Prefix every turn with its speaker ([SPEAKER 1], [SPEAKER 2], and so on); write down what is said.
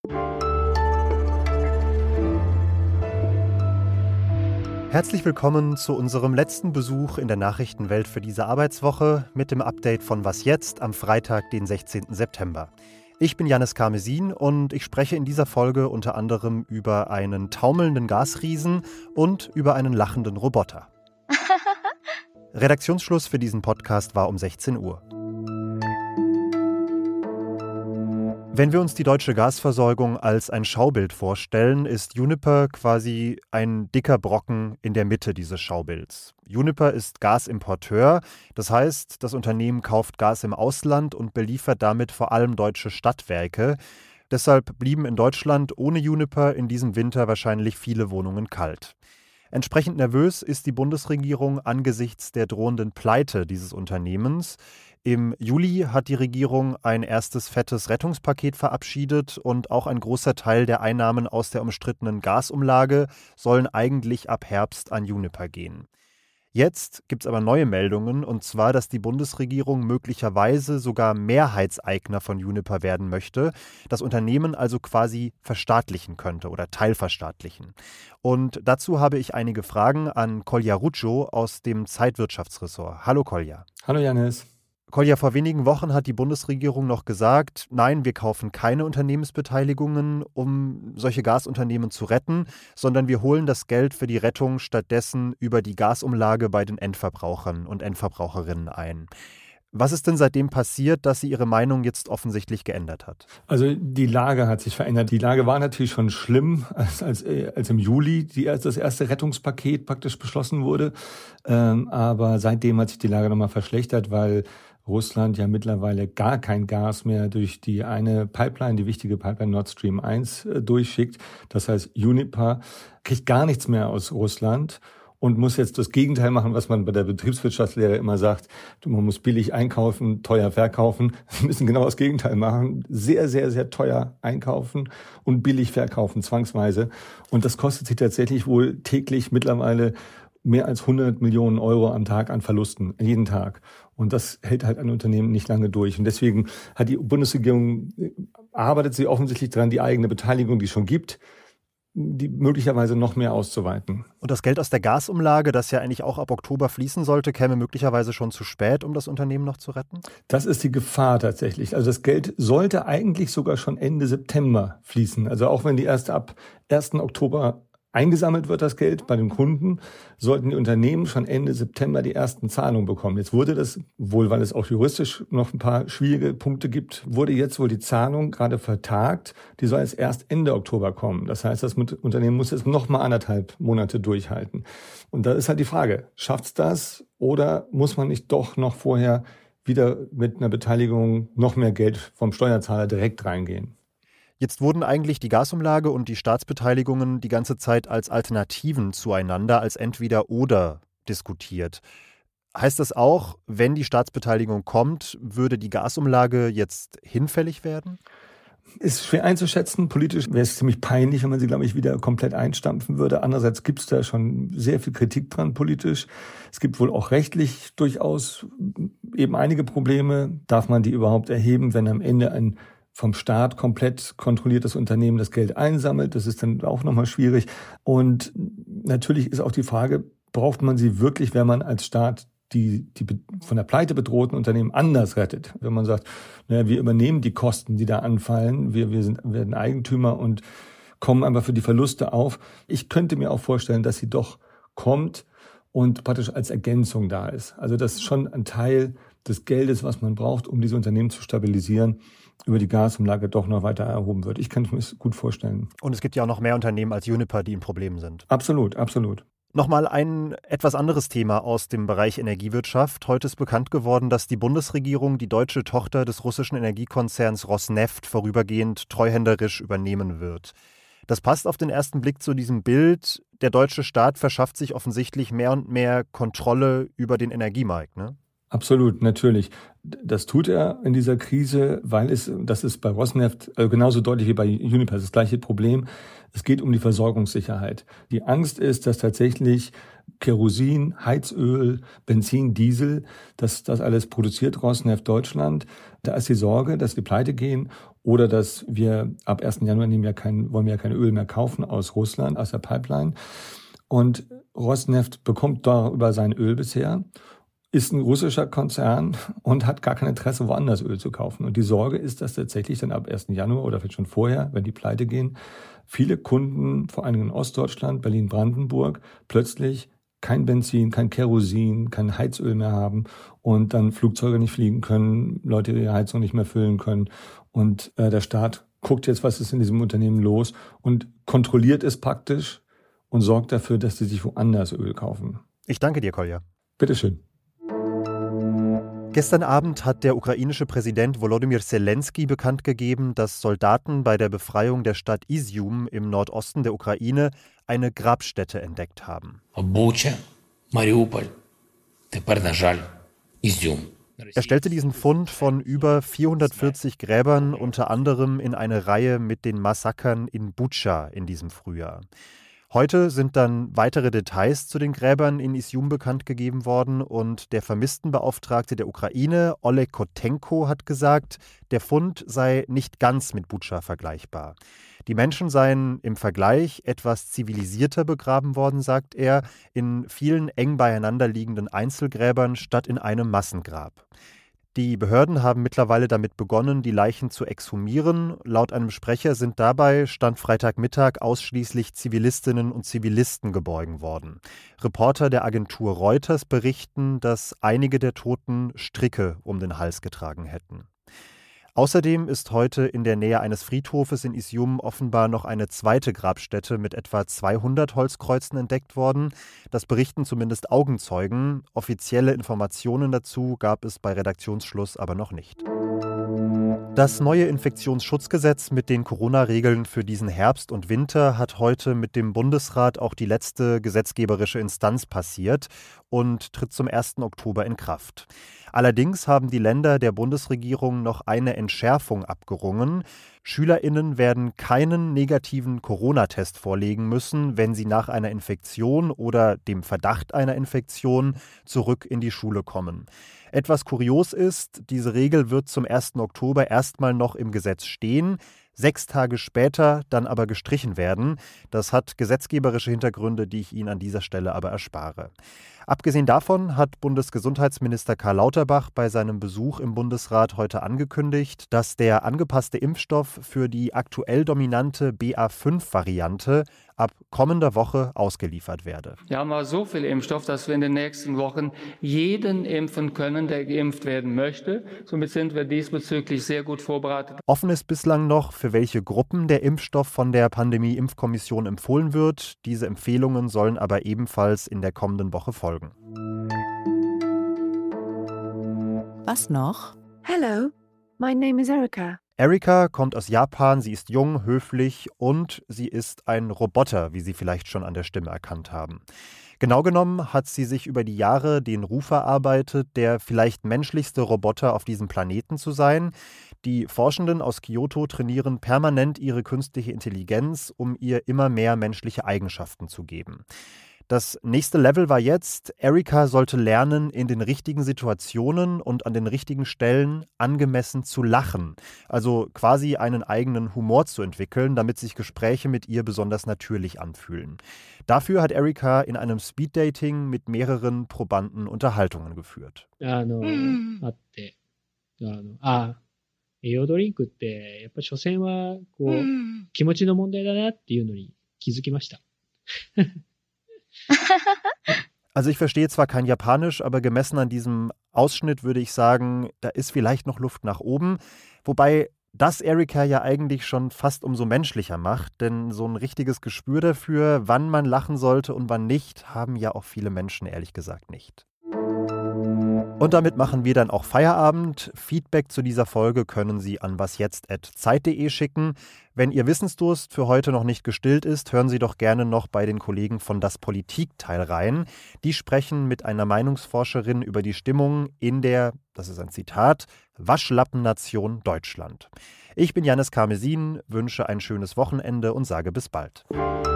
[SPEAKER 1] Herzlich willkommen zu unserem letzten Besuch in der Nachrichtenwelt für diese Arbeitswoche mit dem Update von Was jetzt am Freitag, den 16. September. Ich bin Jannis Karmesin und ich spreche in dieser Folge unter anderem über einen taumelnden Gasriesen und über einen lachenden Roboter. Redaktionsschluss für diesen Podcast war um 16 Uhr. Wenn wir uns die deutsche Gasversorgung als ein Schaubild vorstellen, ist Uniper quasi ein dicker Brocken in der Mitte dieses Schaubilds. Uniper ist Gasimporteur, das heißt, das Unternehmen kauft Gas im Ausland und beliefert damit vor allem deutsche Stadtwerke. Deshalb blieben in Deutschland ohne Uniper in diesem Winter wahrscheinlich viele Wohnungen kalt. Entsprechend nervös ist die Bundesregierung angesichts der drohenden Pleite dieses Unternehmens. Im Juli hat die Regierung ein erstes fettes Rettungspaket verabschiedet und auch ein großer Teil der Einnahmen aus der umstrittenen Gasumlage sollen eigentlich ab Herbst an Uniper gehen. Jetzt gibt es aber neue Meldungen, und zwar, dass die Bundesregierung möglicherweise sogar Mehrheitseigner von Uniper werden möchte, das Unternehmen also quasi verstaatlichen könnte oder teilverstaatlichen. Und dazu habe ich einige Fragen an Kolja Ruczo aus dem Zeitwirtschaftsressort. Hallo Kolja.
[SPEAKER 2] Hallo Jannis.
[SPEAKER 1] Kolja, vor wenigen Wochen hat die Bundesregierung noch gesagt, nein, wir kaufen keine Unternehmensbeteiligungen, um solche Gasunternehmen zu retten, sondern wir holen das Geld für die Rettung stattdessen über die Gasumlage bei den Endverbrauchern und Endverbraucherinnen ein. Was ist denn seitdem passiert, dass sie ihre Meinung jetzt offensichtlich geändert hat?
[SPEAKER 2] Also die Lage hat sich verändert. Die Lage war natürlich schon schlimm, als im Juli das erste Rettungspaket praktisch beschlossen wurde. Aber seitdem hat sich die Lage nochmal verschlechtert, weil Russland ja mittlerweile gar kein Gas mehr durch die eine Pipeline, die wichtige Pipeline Nord Stream 1 durchschickt. Das heißt, Uniper kriegt gar nichts mehr aus Russland und muss jetzt das Gegenteil machen, was man bei der Betriebswirtschaftslehre immer sagt. Man muss billig einkaufen, teuer verkaufen. Wir müssen genau das Gegenteil machen. Sehr, sehr, sehr teuer einkaufen und billig verkaufen, zwangsweise. Und das kostet sich tatsächlich wohl täglich mittlerweile mehr als 100 Millionen Euro am Tag an Verlusten, jeden Tag. Und das hält halt ein Unternehmen nicht lange durch. Und deswegen hat die Bundesregierung, arbeitet sie offensichtlich daran, die eigene Beteiligung, die es schon gibt, die möglicherweise noch mehr auszuweiten.
[SPEAKER 1] Und das Geld aus der Gasumlage, das ja eigentlich auch ab Oktober fließen sollte, käme möglicherweise schon zu spät, um das Unternehmen noch zu retten?
[SPEAKER 2] Das ist die Gefahr tatsächlich. Also das Geld sollte eigentlich sogar schon Ende September fließen. Also auch wenn die erst ab 1. Oktober eingesammelt wird, das Geld bei den Kunden, sollten die Unternehmen schon Ende September die ersten Zahlungen bekommen. Jetzt wurde das, wohl weil es auch juristisch noch ein paar schwierige Punkte gibt, wurde jetzt wohl die Zahlung gerade vertagt. Die soll jetzt erst Ende Oktober kommen. Das heißt, das Unternehmen muss jetzt noch mal 1,5 Monate durchhalten. Und da ist halt die Frage, schafft's das oder muss man nicht doch noch vorher wieder mit einer Beteiligung noch mehr Geld vom Steuerzahler direkt reingehen?
[SPEAKER 1] Jetzt wurden eigentlich die Gasumlage und die Staatsbeteiligungen die ganze Zeit als Alternativen zueinander, als Entweder-Oder diskutiert. Heißt das auch, wenn die Staatsbeteiligung kommt, würde die Gasumlage jetzt hinfällig werden?
[SPEAKER 2] Ist schwer einzuschätzen. Politisch wäre es ziemlich peinlich, wenn man sie, glaube ich, wieder komplett einstampfen würde. Andererseits gibt es da schon sehr viel Kritik dran politisch. Es gibt wohl auch rechtlich durchaus eben einige Probleme. Darf man die überhaupt erheben, wenn am Ende ein vom Staat komplett kontrolliertes Unternehmen das Geld einsammelt? Das ist dann auch nochmal schwierig. Und natürlich ist auch die Frage, braucht man sie wirklich, wenn man als Staat die von der Pleite bedrohten Unternehmen anders rettet? Wenn man sagt, naja, wir übernehmen die Kosten, die da anfallen, wir werden Eigentümer und kommen einfach für die Verluste auf. Ich könnte mir auch vorstellen, dass sie doch kommt und praktisch als Ergänzung da ist. Also das ist schon ein Teil des Geldes, was man braucht, um diese Unternehmen zu stabilisieren, über die Gasumlage doch noch weiter erhoben wird. Ich kann es mir gut vorstellen.
[SPEAKER 1] Und es gibt ja auch noch mehr Unternehmen als Uniper, die in Problemen sind.
[SPEAKER 2] Absolut, absolut.
[SPEAKER 1] Nochmal ein etwas anderes Thema aus dem Bereich Energiewirtschaft. Heute ist bekannt geworden, dass die Bundesregierung die deutsche Tochter des russischen Energiekonzerns Rosneft vorübergehend treuhänderisch übernehmen wird. Das passt auf den ersten Blick zu diesem Bild. Der deutsche Staat verschafft sich offensichtlich mehr und mehr Kontrolle über den Energiemarkt, ne?
[SPEAKER 2] Absolut, natürlich. Das tut er in dieser Krise, weil das ist bei Rosneft genauso deutlich wie bei Uniper, das gleiche Problem. Es geht um die Versorgungssicherheit. Die Angst ist, dass tatsächlich Kerosin, Heizöl, Benzin, Diesel, das alles produziert Rosneft Deutschland. Da ist die Sorge, dass die pleite gehen Oder dass wir ab 1. Januar wollen wir kein Öl mehr kaufen aus Russland, aus der Pipeline. Und Rosneft bekommt darüber sein Öl bisher, ist ein russischer Konzern und hat gar kein Interesse, woanders Öl zu kaufen. Und die Sorge ist, dass tatsächlich dann ab 1. Januar oder vielleicht schon vorher, wenn die pleite gehen, viele Kunden, vor allem in Ostdeutschland, Berlin-Brandenburg, plötzlich kein Benzin, kein Kerosin, kein Heizöl mehr haben und dann Flugzeuge nicht fliegen können, Leute ihre Heizung nicht mehr füllen können. Und der Staat guckt jetzt, was ist in diesem Unternehmen los und kontrolliert es praktisch und sorgt dafür, dass sie sich woanders Öl kaufen.
[SPEAKER 1] Ich danke dir, Kolja.
[SPEAKER 2] Bitteschön.
[SPEAKER 1] Gestern Abend hat der ukrainische Präsident Volodymyr Zelensky bekannt gegeben, dass Soldaten bei der Befreiung der Stadt Izium im Nordosten der Ukraine eine Grabstätte entdeckt haben.
[SPEAKER 3] Bucha, Mariupol, тепер, на жаль, Izium.
[SPEAKER 1] Er stellte diesen Fund von über 440 Gräbern unter anderem in eine Reihe mit den Massakern in Bucha in diesem Frühjahr. Heute sind dann weitere Details zu den Gräbern in Izium bekannt gegeben worden und der Vermisstenbeauftragte der Ukraine, Oleg Kotenko, hat gesagt, der Fund sei nicht ganz mit Bucha vergleichbar. Die Menschen seien im Vergleich etwas zivilisierter begraben worden, sagt er, in vielen eng beieinander liegenden Einzelgräbern statt in einem Massengrab. Die Behörden haben mittlerweile damit begonnen, die Leichen zu exhumieren. Laut einem Sprecher sind dabei, Stand Freitagmittag, ausschließlich Zivilistinnen und Zivilisten geborgen worden. Reporter der Agentur Reuters berichten, dass einige der Toten Stricke um den Hals getragen hätten. Außerdem ist heute in der Nähe eines Friedhofes in Izium offenbar noch eine zweite Grabstätte mit etwa 200 Holzkreuzen entdeckt worden. Das berichten zumindest Augenzeugen. Offizielle Informationen dazu gab es bei Redaktionsschluss aber noch nicht. Das neue Infektionsschutzgesetz mit den Corona-Regeln für diesen Herbst und Winter hat heute mit dem Bundesrat auch die letzte gesetzgeberische Instanz passiert und tritt zum 1. Oktober in Kraft. Allerdings haben die Länder der Bundesregierung noch eine Entschärfung abgerungen. SchülerInnen werden keinen negativen Corona-Test vorlegen müssen, wenn sie nach einer Infektion oder dem Verdacht einer Infektion zurück in die Schule kommen. Etwas kurios ist, diese Regel wird zum 1. Oktober erstmal noch im Gesetz stehen, 6 Tage später dann aber gestrichen werden. Das hat gesetzgeberische Hintergründe, die ich Ihnen an dieser Stelle aber erspare. Abgesehen davon hat Bundesgesundheitsminister Karl Lauterbach bei seinem Besuch im Bundesrat heute angekündigt, dass der angepasste Impfstoff für die aktuell dominante BA5-Variante ab kommender Woche ausgeliefert werde.
[SPEAKER 4] Wir haben aber so viel Impfstoff, dass wir in den nächsten Wochen jeden impfen können, der geimpft werden möchte. Somit sind wir diesbezüglich sehr gut vorbereitet.
[SPEAKER 1] Offen ist bislang noch, für welche Gruppen der Impfstoff von der Pandemie-Impfkommission empfohlen wird. Diese Empfehlungen sollen aber ebenfalls in der kommenden Woche folgen.
[SPEAKER 5] Was noch?
[SPEAKER 6] Hello, my name is Erika.
[SPEAKER 1] Erika kommt aus Japan, sie ist jung, höflich und sie ist ein Roboter, wie Sie vielleicht schon an der Stimme erkannt haben. Genau genommen hat sie sich über die Jahre den Ruf erarbeitet, der vielleicht menschlichste Roboter auf diesem Planeten zu sein. Die Forschenden aus Kyoto trainieren permanent ihre künstliche Intelligenz, um ihr immer mehr menschliche Eigenschaften zu geben. Das nächste Level war jetzt, Erika sollte lernen, in den richtigen Situationen und an den richtigen Stellen angemessen zu lachen. Also quasi einen eigenen Humor zu entwickeln, damit sich Gespräche mit ihr besonders natürlich anfühlen. Dafür hat Erika in einem Speeddating mit mehreren Probanden Unterhaltungen geführt.
[SPEAKER 7] あって、栄養ドリンクってやっぱり所詮は気持ちの問題だなっていうのに気づきました。
[SPEAKER 1] Also ich verstehe zwar kein Japanisch, aber gemessen an diesem Ausschnitt würde ich sagen, da ist vielleicht noch Luft nach oben. Wobei das Erika ja eigentlich schon fast umso menschlicher macht, denn so ein richtiges Gespür dafür, wann man lachen sollte und wann nicht, haben ja auch viele Menschen ehrlich gesagt nicht. Und damit machen wir dann auch Feierabend. Feedback zu dieser Folge können Sie an wasjetzt@zeit.de schicken. Wenn Ihr Wissensdurst für heute noch nicht gestillt ist, hören Sie doch gerne noch bei den Kollegen von Das Politikteil rein. Die sprechen mit einer Meinungsforscherin über die Stimmung in der, das ist ein Zitat, Waschlappennation Deutschland. Ich bin Jannis Karmesin, wünsche ein schönes Wochenende und sage bis bald.